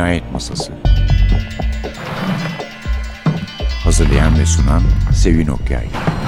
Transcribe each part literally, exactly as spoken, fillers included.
Cinayet Masası. Hazırlayan ve sunan Sevin Okyay.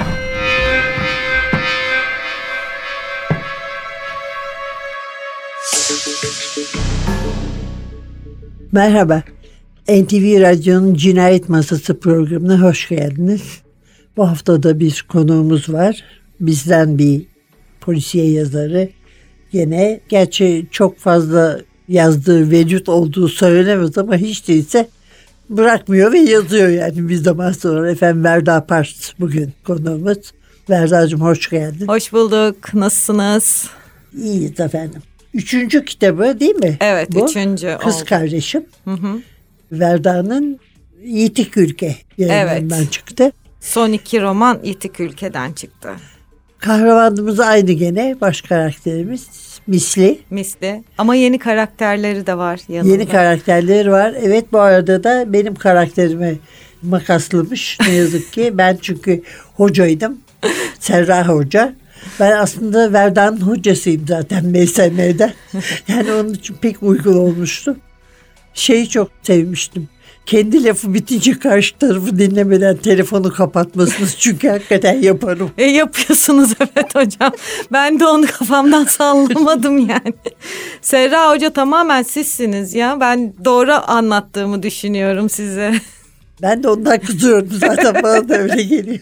Merhaba, N T V Radyo'nun Cinayet Masası programına hoş geldiniz. Bu hafta da bir konuğumuz var. Bizden bir polisiye yazarı. Gene gerçi çok fazla yazdığı vücut olduğu söylenemez ama hiç değilse bırakmıyor ve yazıyor yani bir zaman sonra. Efendim Verda Pars bugün konuğumuz. Verda'cığım hoş geldin. Hoş bulduk. Nasılsınız? İyiyiz efendim. Üçüncü kitabı değil mi? Evet, bu? üçüncü Kız oldu. Kardeşim. Hı hı. Verda'nın Yitik Ülke yayınlarından Evet. çıktı. Son iki roman Yitik Ülke'den çıktı. Kahramanımız aynı gene. Baş karakterimiz Misli. Misli. Ama yeni karakterleri de var yanında. Yeni karakterleri var. Evet, bu arada da benim karakterime makaslamış ne yazık ki. Ben çünkü hocaydım. Serra Hoca. Ben aslında Verda'nın hocasıyım zaten M S M'den. Yani onun için pek uygun olmuştu. Şeyi çok sevmiştim. Kendi lafı bitince karşı tarafı dinlemeden telefonu kapatmasını, çünkü hakikaten yaparım. E, yapıyorsunuz evet hocam. Ben de onu kafamdan sallamadım yani. Serra Hoca tamamen sizsiniz ya. Ben doğru anlattığımı düşünüyorum size. Ben de ondan kızıyorum zaten, bana da öyle geliyor.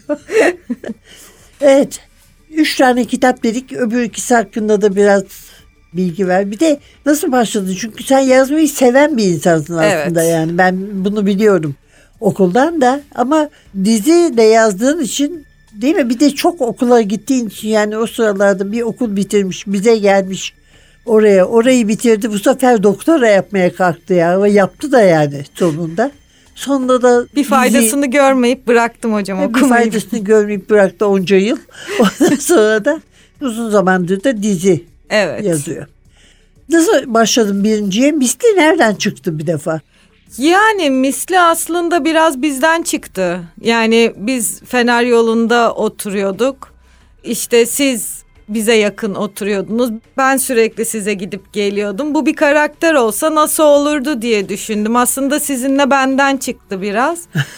Evet. Üç tane kitap dedik. Öbür ikisi hakkında da biraz bilgi ver. Bir de nasıl başladın? Çünkü sen yazmayı seven bir insansın aslında. Evet. Yani ben bunu biliyorum okuldan da, ama dizi de yazdığın için değil mi? Bir de çok okula gittiğin için, yani o sıralarda bir okul bitirmiş, bize gelmiş oraya, orayı bitirdi. Bu sefer doktora yapmaya kalktı ya ve yaptı da yani sonunda. Sonunda da bir faydasını dizi, görmeyip bıraktım hocam okumayı. Bir faydasını görmeyip bıraktı onca yıl. Ondan sonra da uzun zamandır da dizi evet. yazıyor. Nasıl başladın birinciye? Misli nereden çıktı bir defa? Yani Misli aslında biraz bizden çıktı. Yani biz Fener Yolu'nda oturuyorduk. İşte siz bize yakın oturuyordunuz. Ben sürekli size gidip geliyordum. Bu bir karakter olsa nasıl olurdu diye düşündüm. Aslında sizinle benden çıktı biraz.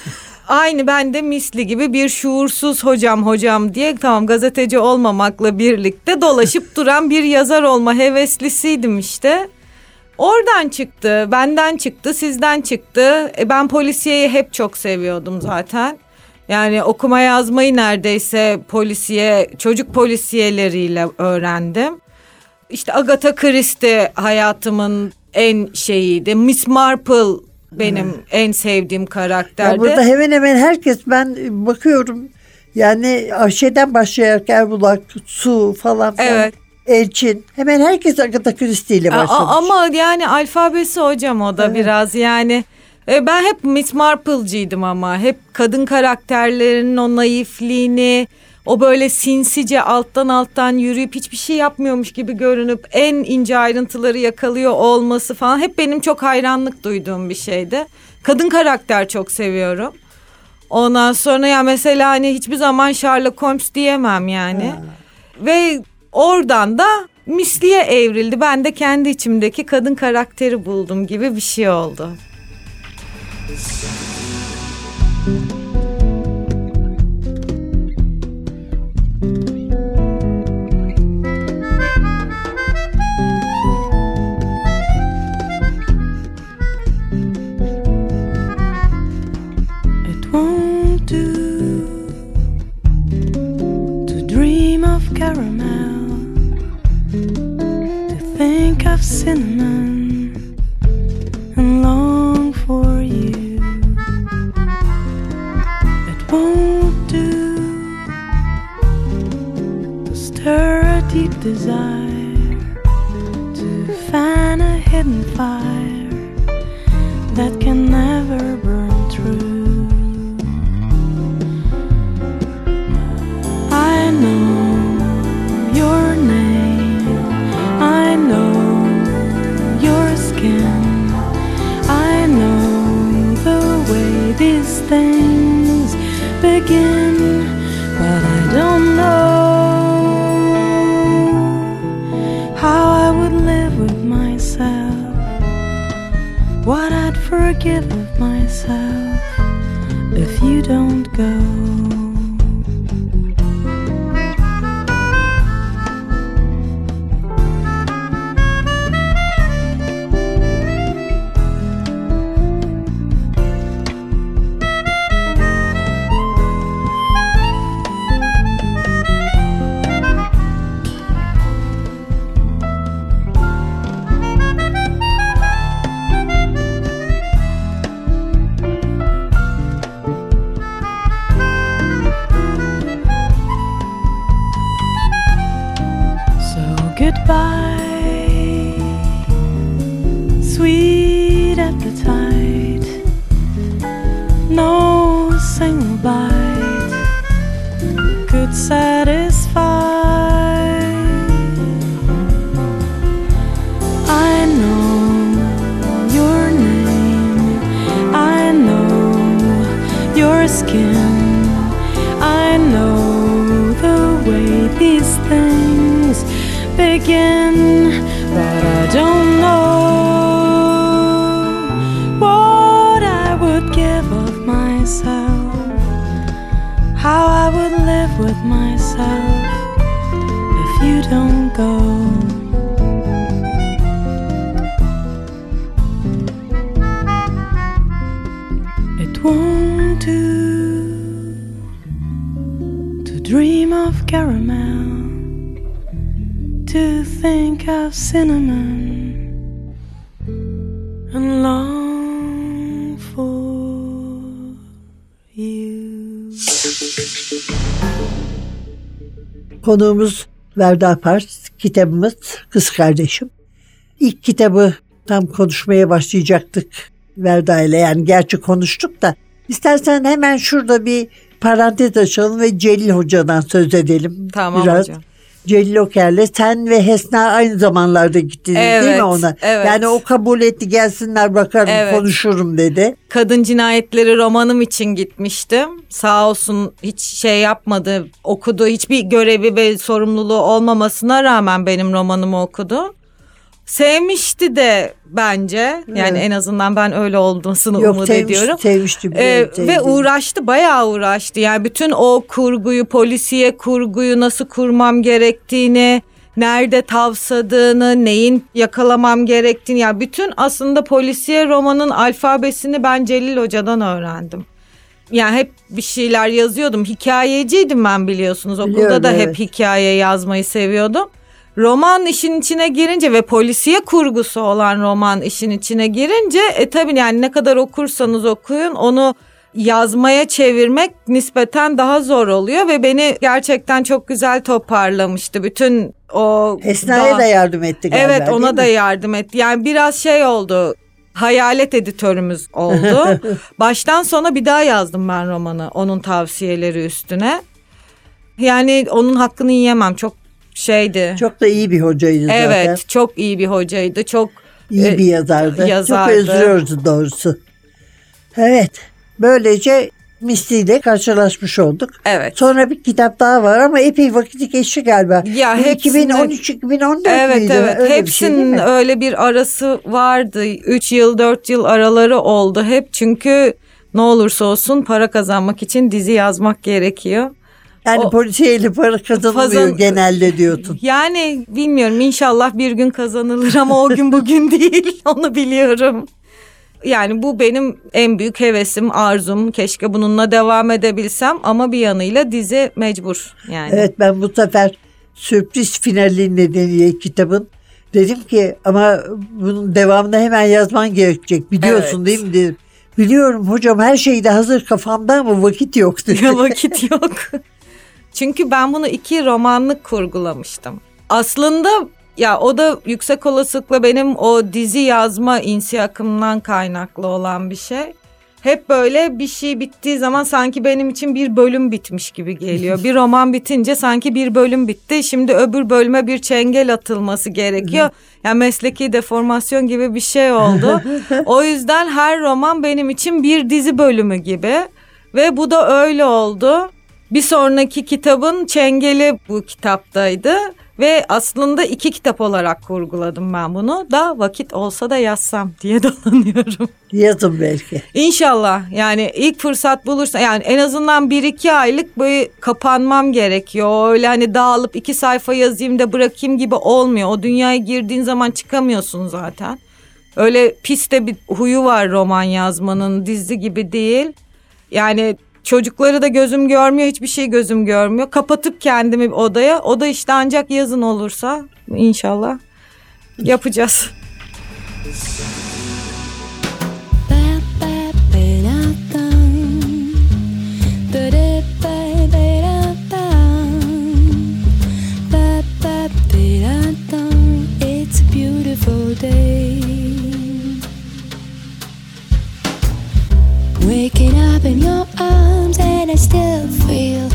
Aynı ben de Misli gibi bir şuursuz hocam hocam diye, tamam gazeteci olmamakla birlikte dolaşıp duran bir yazar olma heveslisiydim işte. Oradan çıktı, benden çıktı, sizden çıktı. E ben polisiyeyi hep çok seviyordum zaten. Yani okuma yazmayı neredeyse polisiye, çocuk polisiyeleriyle öğrendim. İşte Agatha Christie hayatımın en şeyiydi. Miss Marple benim hmm. en sevdiğim karakterdi. Ya burada hemen hemen herkes, ben bakıyorum yani şeyden başlayarak Erbulak, Su falan falan. Evet. Elçin, hemen herkes Agatha Christie ile başlamış. A- ama yani alfabesi hocam o da evet. biraz yani. E, ben hep Miss Marple'cıydım ama hep kadın karakterlerinin o naifliğini, o böyle sinsice alttan alttan yürüyüp hiçbir şey yapmıyormuş gibi görünüp en ince ayrıntıları yakalıyor olması falan hep benim çok hayranlık duyduğum bir şeydi. Kadın karakter çok seviyorum. Ondan sonra ya mesela hani hiçbir zaman Sherlock Holmes diyemem yani. Ha. Ve oradan da Misli'ye evrildi. Ben de kendi içimdeki kadın karakteri buldum gibi bir şey oldu. It won't do to dream of caramel, to think of cinnamon and long for you. It won't do to stir a deep desire, to fan a hidden fire that can never burn through. I know your name, I know your skin, I know the way these things begin, but I don't know how I would live with myself, what I'd never give of myself if you don't go. Goodbye, sweet appetite, no single bite could satisfy. I know your name, I know your skin, I know the way these things begin, but I don't know what I would give of myself, how I would live with myself if you don't go. It won't do to dream of caramel, to think of cinnamon and long for you. Konuğumuz Verda Pars, kitabımız Kız Kardeşim. İlk kitabı tam konuşmaya başlayacaktık Verda ile, yani gerçi konuştuk da istersen hemen şurada bir parantez açalım ve Celil Hoca'dan söz edelim. Tamam biraz. hocam. Celil Oker'le sen ve Hesna aynı zamanlarda gittiniz Evet, değil mi ona? evet. Yani o kabul etti, gelsinler bakarım Evet. konuşurum dedi. Kadın Cinayetleri romanım için gitmiştim. Sağ olsun hiç şey yapmadı, okudu. Hiçbir görevi ve sorumluluğu olmamasına rağmen benim romanımı okudu. Sevmişti de bence. Yani Evet. en azından ben öyle olduğunu Yok, umut sevmiş, ediyorum. sevmişti. Ee, sevdi. ve uğraştı, bayağı uğraştı. Yani bütün o kurguyu, polisiye kurguyu nasıl kurmam gerektiğini, nerede tavsadığını, neyin yakalamam gerektiğini. Yani bütün aslında polisiye romanın alfabesini ben Celil Hoca'dan öğrendim. Yani hep bir şeyler yazıyordum. Hikayeciydim ben, biliyorsunuz. Okulda Biliyorum, da evet. hep hikaye yazmayı seviyordum. Roman işin içine girince ve polisiye kurgusu olan roman işin içine girince e tabii yani ne kadar okursanız okuyun onu yazmaya çevirmek nispeten daha zor oluyor ve beni gerçekten çok güzel toparlamıştı. Bütün o Esna'ya daha- da yardım etti galiba. Evet, ona değil da mi? yardım etti. Yani biraz şey oldu. Hayalet editörümüz oldu. Baştan sona bir daha yazdım ben romanı onun tavsiyeleri üstüne. Yani onun hakkını yiyemem. Çok şeydi. Çok da iyi bir hocaydı zaten. Evet, çok iyi bir hocaydı. Çok İyi e, bir yazardı. yazardı. Çok özlüyoruz doğrusu. Evet. Böylece Misli ile karşılaşmış olduk. Evet. Sonra bir kitap daha var ama epey vakit geçti galiba. Ya hepsinde- iki bin on üç iki bin on dört Evet müydü? evet, Öyle bir şey değil hepsinin mi? öyle bir arası vardı. üç yıl dört yıl araları oldu hep, çünkü ne olursa olsun para kazanmak için dizi yazmak gerekiyor. Yani o- polisiyeyle para kazanılmıyor Kazan- genelde diyorsun. Yani bilmiyorum, inşallah bir gün kazanılır ama o gün bugün değil, onu biliyorum. Yani bu benim en büyük hevesim, arzum. Keşke bununla devam edebilsem ama bir yanıyla dizi mecbur yani. Evet, ben bu sefer sürpriz finali nedeniyle kitabın dedim ki ama bunun devamını hemen yazman gerekecek, biliyorsun Evet. değil mi dedim. Biliyorum hocam, her şey de hazır kafamda ama vakit yok dedi. Ya vakit yok. Çünkü ben bunu iki romanlık kurgulamıştım. Aslında ya o da yüksek olasılıkla benim o dizi yazma insiyakımdan kaynaklı olan bir şey. Hep böyle bir şey bittiği zaman sanki benim için bir bölüm bitmiş gibi geliyor. Bir roman bitince sanki bir bölüm bitti. Şimdi öbür bölüme bir çengel atılması gerekiyor. Yani mesleki deformasyon gibi bir şey oldu. O yüzden her roman benim için bir dizi bölümü gibi. Ve bu da öyle oldu. Bir sonraki kitabın çengeli bu kitaptaydı. Ve aslında iki kitap olarak kurguladım ben bunu. Da vakit olsa da yazsam diye dolanıyorum. Yazın belki. İnşallah yani ilk fırsat bulursa yani en azından bir iki aylık böyle kapanmam gerekiyor. Öyle hani dağılıp iki sayfa yazayım da bırakayım gibi olmuyor. O dünyaya girdiğin zaman çıkamıyorsun zaten. Öyle pis de bir huyu var roman yazmanın, dizi gibi değil. Yani çocukları da gözüm görmüyor, hiçbir şey gözüm görmüyor. Kapatıp kendimi odaya, o da işte ancak yazın olursa inşallah yapacağız. It's a beautiful day. Waking up in your arms and I still feel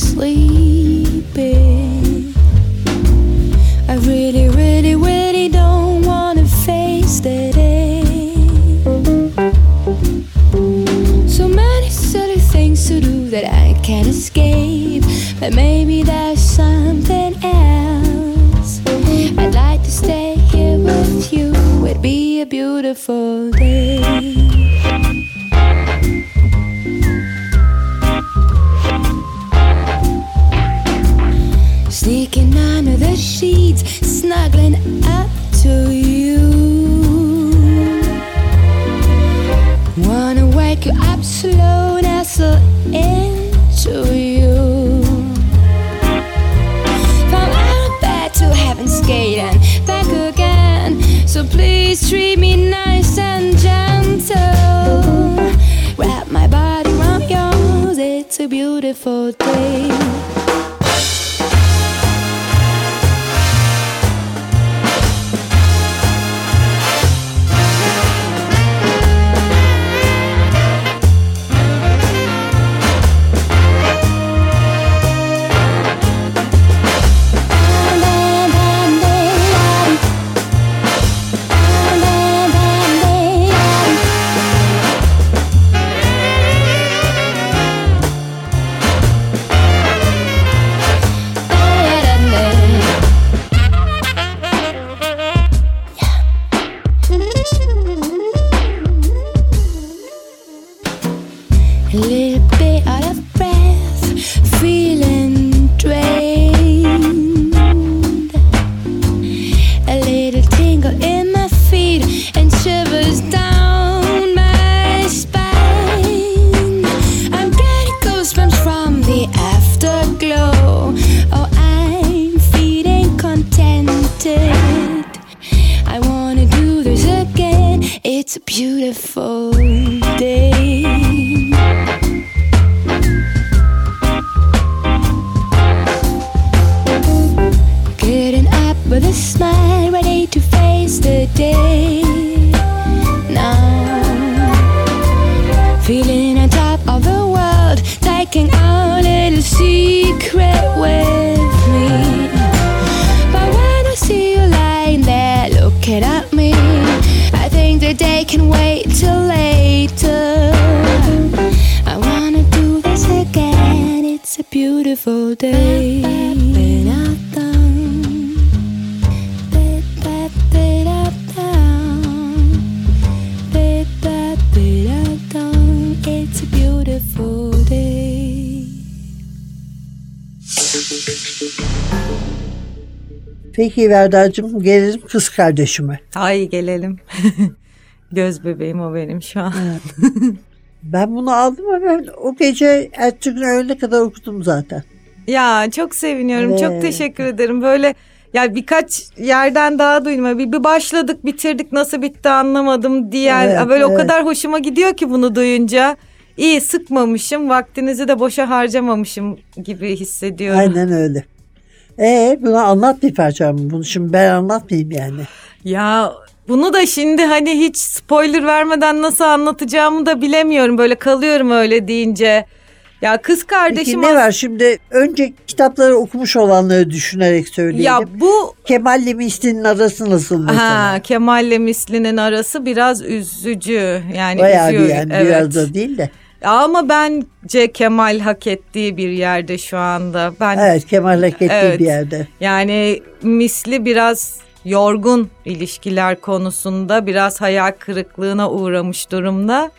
sleepy. I really, really, really don't wanna face the day. So many silly things to do that I can't escape, but maybe there's something else. I'd like to stay here with you. It'd be a beautiful day. Sneaking under the sheets, snuggling up to you. Wanna wake you up slow, nestle into you. From out of bed to heaven's gate and back again. So please treat me nice and gentle. Wrap my body around yours, it's a beautiful day. A little bit out of breath, feeling drained. A little tingle in my feet and shivers down my spine. I'm getting goosebumps from the afterglow. Oh, I'm feeling contented. I wanna do this again. It's a beautiful day. Getting up with a smile, ready to face the day. Now, feeling on top of the world, taking our little secret with me. But when I see you lying there looking at me, I think the day can wait till later. I wanna do this again. It's a beautiful day. It's a beautiful day. Peki Verdacığım, gelelim kız kardeşime. Ay gelelim. Göz bebeğim o benim şu an. Ben bunu aldım ama ben o gece ertesi gün öğlene kadar okudum zaten. Ya çok seviniyorum. Evet. Çok teşekkür ederim. Böyle ya birkaç yerden daha duydum. Bir, bir başladık, bitirdik, nasıl bitti anlamadım diyen. Evet, böyle evet. o kadar hoşuma gidiyor ki bunu duyunca. İyi, sıkmamışım, vaktinizi de boşa harcamamışım gibi hissediyorum. Aynen öyle. Ee, bunu anlat bir parça mı? Bunu şimdi ben anlatmayayım yani. Ya bunu da şimdi hani hiç spoiler vermeden nasıl anlatacağımı da bilemiyorum. Böyle kalıyorum öyle deyince. Ya kız kardeşim... Peki ne var şimdi? Önce kitapları okumuş olanları düşünerek söyleyelim. Ya bu... Kemal'le Misli'nin arası nasıl mesela? Ha, Kemal'le Misli'nin arası biraz üzücü. Yani Bayağı bir üzüyor. yani, Evet. biraz da değil de. Ama bence Kemal hak ettiği bir yerde şu anda. Ben Evet, Kemal hak ettiği Evet. bir yerde. Yani Misli biraz yorgun ilişkiler konusunda, biraz hayal kırıklığına uğramış durumda.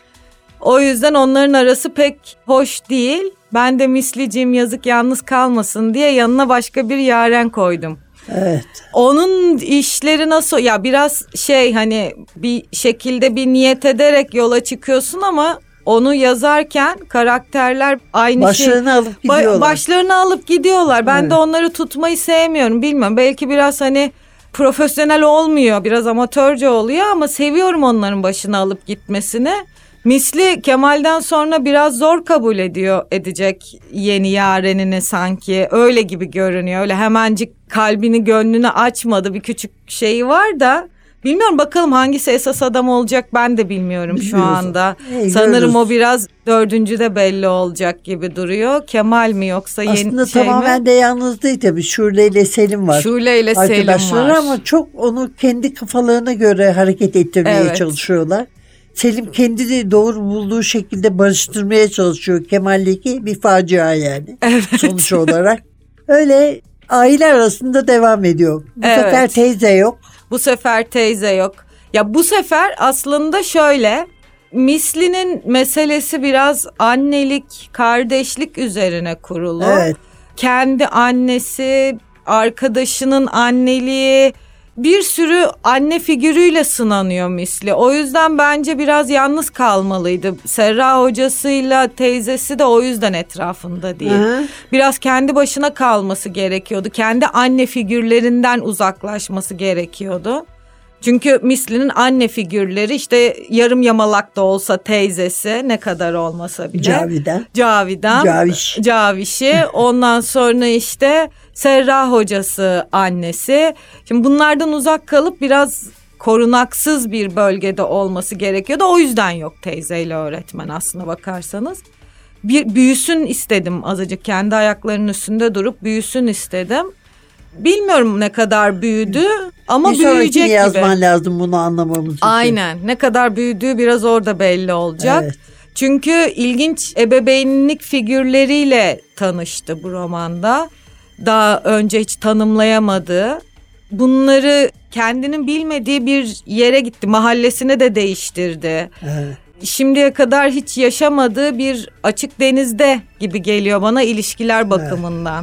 O yüzden onların arası pek hoş değil. Ben de Mislicim yazık yalnız kalmasın diye yanına başka bir yaren koydum. Evet. Onun işleri nasıl, ya biraz şey, hani bir şekilde bir niyet ederek yola çıkıyorsun ama onu yazarken karakterler aynı Başlarını şey. alıp Ba- gidiyorlar. Başlarını alıp gidiyorlar. Ben Evet. de onları tutmayı sevmiyorum. Bilmiyorum, belki biraz hani profesyonel olmuyor, biraz amatörce oluyor ama seviyorum onların başını alıp gitmesini. Misli Kemal'den sonra biraz zor kabul ediyor edecek yeni yarenini, sanki öyle gibi görünüyor. Öyle hemencik kalbini gönlünü açmadı, bir küçük şeyi var da bilmiyorum, bakalım hangisi esas adam olacak ben de bilmiyorum şu Bilmiyoruz. anda. E, Sanırım görürüz. o biraz dördüncüde belli olacak gibi duruyor. Kemal mi yoksa yeni Aslında şey tamamen mi? de yalnız değil tabii. Şule ile Selim var. Şule ile Selim Arkadaşları var. ama çok onu kendi kafalarına göre hareket ettirmeye Evet. çalışıyorlar. Selim kendini doğru bulduğu şekilde barıştırmaya çalışıyor. Kemal'deki bir facia yani. Evet. Sonuç olarak. Öyle aile arasında devam ediyor. Bu Evet. sefer teyze yok. Bu sefer teyze yok. Ya bu sefer aslında şöyle, Misli'nin meselesi biraz annelik, kardeşlik üzerine kurulu. Evet. Kendi annesi, arkadaşının anneliği, bir sürü anne figürüyle sınanıyor Misli. O yüzden bence biraz yalnız kalmalıydı. Serra hocasıyla teyzesi de o yüzden etrafında değil. Hı. Biraz kendi başına kalması gerekiyordu. Kendi anne figürlerinden uzaklaşması gerekiyordu. Çünkü Misli'nin anne figürleri işte yarım yamalak da olsa teyzesi, ne kadar olmasa bile. Cavidan. Cavidan. Caviş. Caviş'i. Ondan sonra işte Serra hocası annesi. Şimdi bunlardan uzak kalıp biraz korunaksız bir bölgede olması gerekiyordu. O yüzden yok teyzeyle öğretmen aslına bakarsanız. Bir büyüsün istedim azıcık, kendi ayaklarının üstünde durup büyüsün istedim. Bilmiyorum ne kadar büyüdü ama Bir sonrakini büyüyecek gibi. yazman lazım bunu anlamamız için. Aynen, ne kadar büyüdüğü biraz orada belli olacak. Evet. Çünkü ilginç ebeveynlik figürleriyle tanıştı bu romanda. Daha önce hiç tanımlayamadığı. Bunları kendinin bilmediği bir yere gitti. Mahallesini de değiştirdi. Evet. Şimdiye kadar hiç yaşamadığı bir açık denizde gibi geliyor bana ilişkiler bakımından.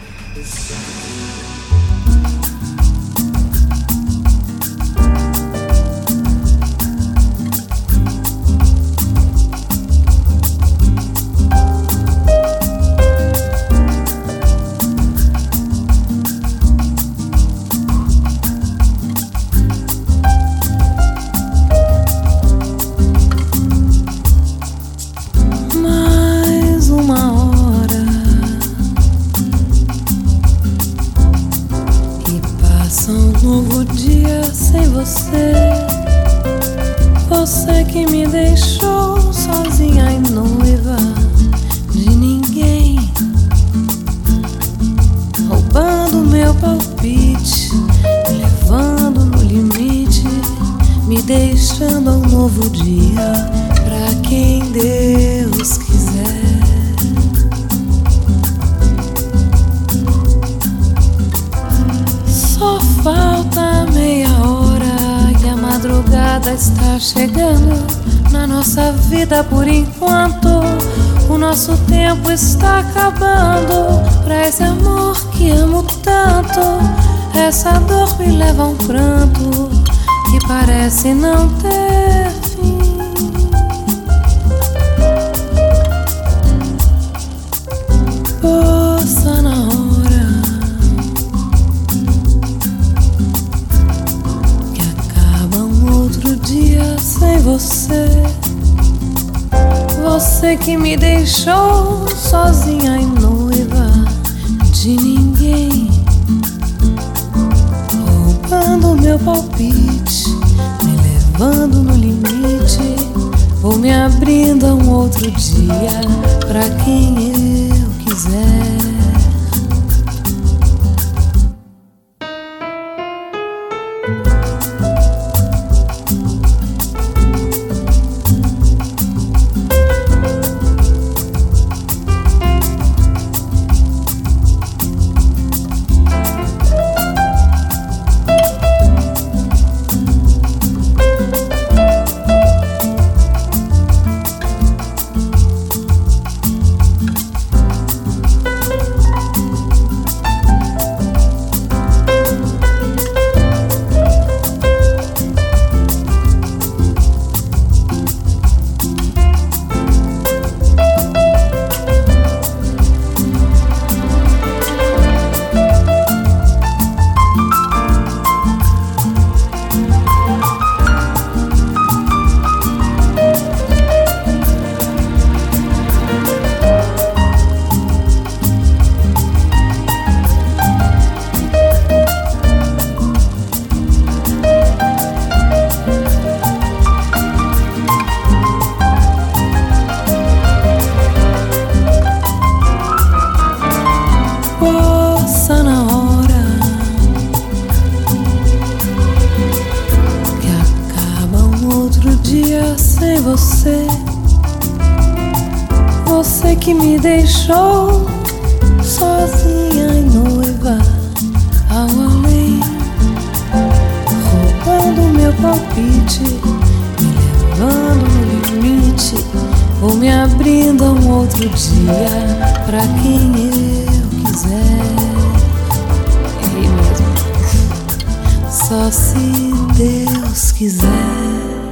Mais uma hora e passa um novo dia sem você. Você que me deixou sozinha e noiva de ninguém, roubando meu palpite, me levando no limite, me deixando um novo dia pra quem Deus quiser. Só falta meia hora que a madrugada está chegando na nossa vida por enquanto. O nosso tempo está acabando pra esse amor que amo tanto. Essa dor me leva a um pranto que parece não ter fim. Poça na hora que acaba um outro dia sem você. Você que me deixou sozinha e noiva de ninguém, roubando meu palpite, me levando no limite. Vou me abrindo a um outro dia pra quem eu quiser. você, você que me deixou sozinha e noiva ao além, roubando meu palpite, me levando no limite, ou me abrindo a um outro dia pra quem eu quiser. É aí mesmo. Só se Deus quiser.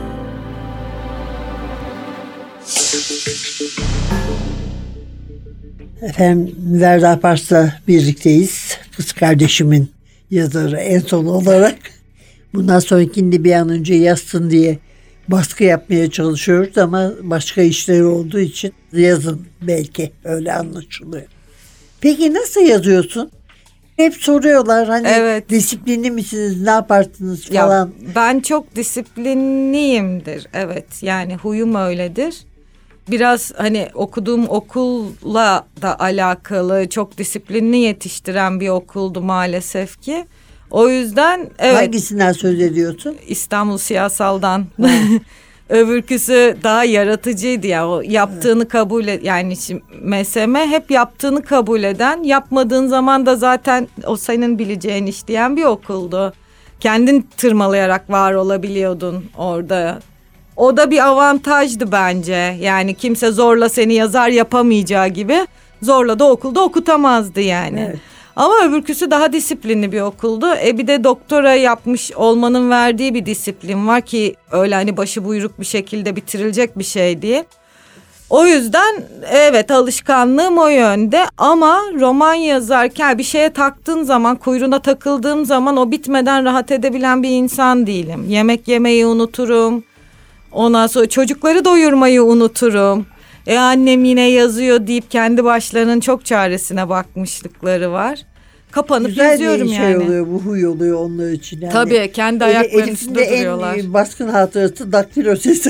Efendim Verda Pars'la birlikteyiz. Kız kardeşimin yazarı en son olarak. Bundan sonrakinde bir an önce yazsın diye baskı yapmaya çalışıyoruz ama başka işleri olduğu için yazın belki, öyle anlaşılıyor. Peki nasıl yazıyorsun? Hep soruyorlar hani Evet. disiplinli misiniz, ne yaparsınız Ya, falan. ben çok disiplinliyimdir. Evet, yani huyum öyledir. Biraz hani okuduğum okulla da alakalı, çok disiplinli yetiştiren bir okuldu maalesef ki. O yüzden evet. Hangisinden söz ediyorsun? İstanbul Siyasal'dan. Öbürküsü daha yaratıcıydı ya, o yaptığını kabul et, yani şimdi M S M hep yaptığını kabul eden, yapmadığın zaman da zaten o senin bileceğin iş diyen bir okuldu. Kendin tırmalayarak var olabiliyordun orada. O da bir avantajdı bence. Yani kimse zorla seni yazar yapamayacağı gibi zorla da okulda okutamazdı yani. Evet. Ama öbürküsü daha disiplinli bir okuldu. E bir de doktora yapmış olmanın verdiği bir disiplin var ki öyle hani başı buyruk bir şekilde bitirilecek bir şey değil. O yüzden evet, alışkanlığım o yönde ama roman yazarken bir şeye taktığın zaman, kuyruğuna takıldığım zaman o bitmeden rahat edebilen bir insan değilim. Yemek yemeyi unuturum. Ondan sonra çocukları doyurmayı unuturum. E annem yine yazıyor deyip kendi başlarının çok çaresine bakmışlıkları var. Kapanıp Güzel yazıyorum bir şey yani. oluyor, bu huy oluyor onlar için. Yani. Tabii kendi Eli- ayaklarının Elif'in de üstünde duruyorlar. en baskın hatırası daktilo sesi.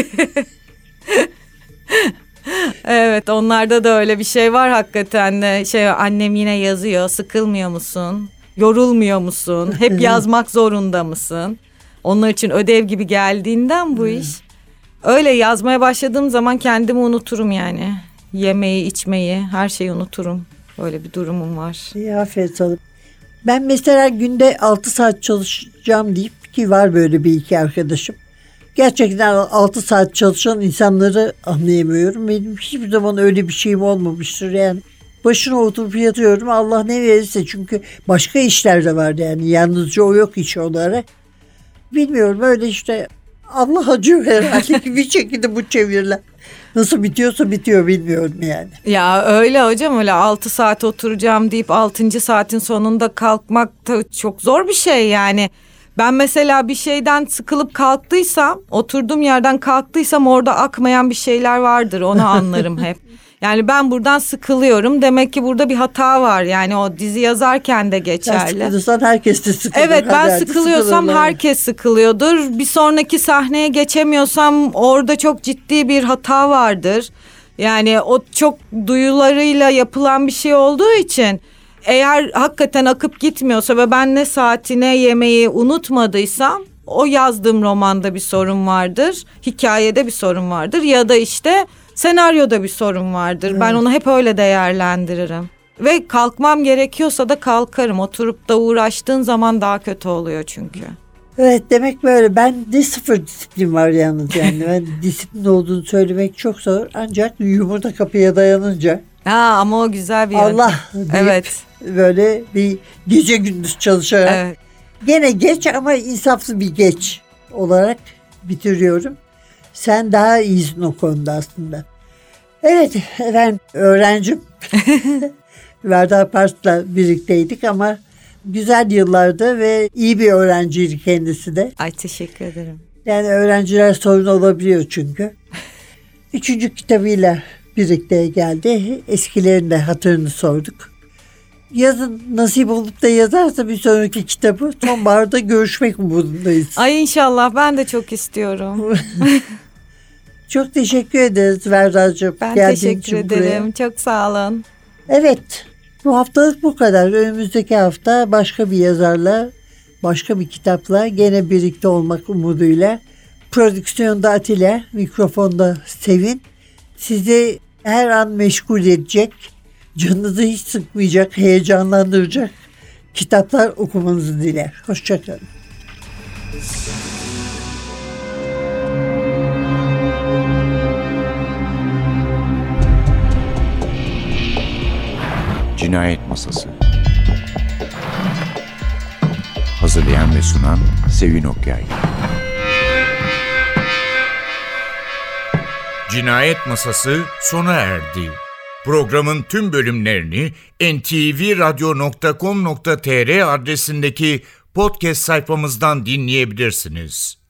Evet, onlarda da öyle bir şey var hakikaten de. Şey, annem yine yazıyor, sıkılmıyor musun? Yorulmuyor musun? Hep yazmak zorunda mısın? Onlar için ödev gibi geldiğinden bu iş. Öyle yazmaya başladığım zaman kendimi unuturum yani. Yemeği, içmeyi, her şeyi unuturum. Böyle bir durumum var. İyi, aferin sana. Ben mesela günde altı saat çalışacağım deyip, ki var böyle bir iki arkadaşım. Gerçekten altı saat çalışan insanları anlayamıyorum. Benim hiçbir zaman öyle bir şeyim olmamıştır yani. Başına oturup yatıyorum, Allah ne verirse, çünkü başka işler de var yani, yalnızca o yok iş olarak. Bilmiyorum, öyle işte Allah acıyor herhalde ki bir şekilde bu çeviriler. Nasıl bitiyorsa bitiyor, bilmiyorum yani. Ya öyle hocam, öyle altı saat oturacağım deyip altıncı saatin sonunda kalkmak da çok zor bir şey yani. Ben mesela bir şeyden sıkılıp kalktıysam, oturduğum yerden kalktıysam orada akmayan bir şeyler vardır, onu anlarım hep. Yani ben buradan sıkılıyorum, demek ki burada bir hata var, yani o dizi yazarken de Sen geçerli. sıkılırsan herkes de sıkılır. Evet, ben Hadi, hadi, sıkılıyorsam sıkılırlar. herkes sıkılıyordur. Bir sonraki sahneye geçemiyorsam orada çok ciddi bir hata vardır. Yani o çok duyularıyla yapılan bir şey olduğu için eğer hakikaten akıp gitmiyorsa ve ben ne saatine yemeği unutmadıysam o yazdığım romanda bir sorun vardır. Hikayede bir sorun vardır ya da işte senaryoda bir sorun vardır. Evet. Ben onu hep öyle değerlendiririm. Ve kalkmam gerekiyorsa da kalkarım. Oturup da uğraştığın zaman daha kötü oluyor çünkü. Evet, demek böyle. Ben de sıfır disiplin var yalnız yani. Ben disiplin olduğunu söylemek çok zor. Ancak yumurta kapıya dayanınca. Ha, ama o güzel bir yöntem. Allah deyip Evet. böyle bir gece gündüz çalışarak. Evet. Gene geç ama insaflı bir geç olarak bitiriyorum. Sen daha iyisin o konuda aslında. Evet efendim, öğrencim. Verda Pars'la birlikteydik ama güzel yıllardı ve iyi bir öğrenciydi kendisi de. Ay, teşekkür ederim. Yani öğrenciler sorun olabiliyor çünkü. Üçüncü kitabıyla birlikte geldi. Eskilerin de hatırını sorduk. Yazın nasip olup da yazarsa bir sonraki kitabı sonbaharda görüşmek umudundayız. Ay inşallah, ben de çok istiyorum. Çok teşekkür ederiz Verda'cığım. Ben geldiğin teşekkür için ederim. buraya. Çok sağ olun. Evet, bu haftalık bu kadar. Önümüzdeki hafta başka bir yazarla, başka bir kitapla gene birlikte olmak umuduyla Prodüksiyonda Atilla, mikrofonda Sevin. Sizi her an meşgul edecek, canınızı hiç sıkmayacak, heyecanlandıracak kitaplar okumanızı diler. Hoşçakalın. Cinayet Masası. Hazırlayan ve sunan Sevin Okyay. Cinayet Masası sona erdi. Programın tüm bölümlerini en te ve radyo nokta com nokta te er adresindeki podcast sayfamızdan dinleyebilirsiniz.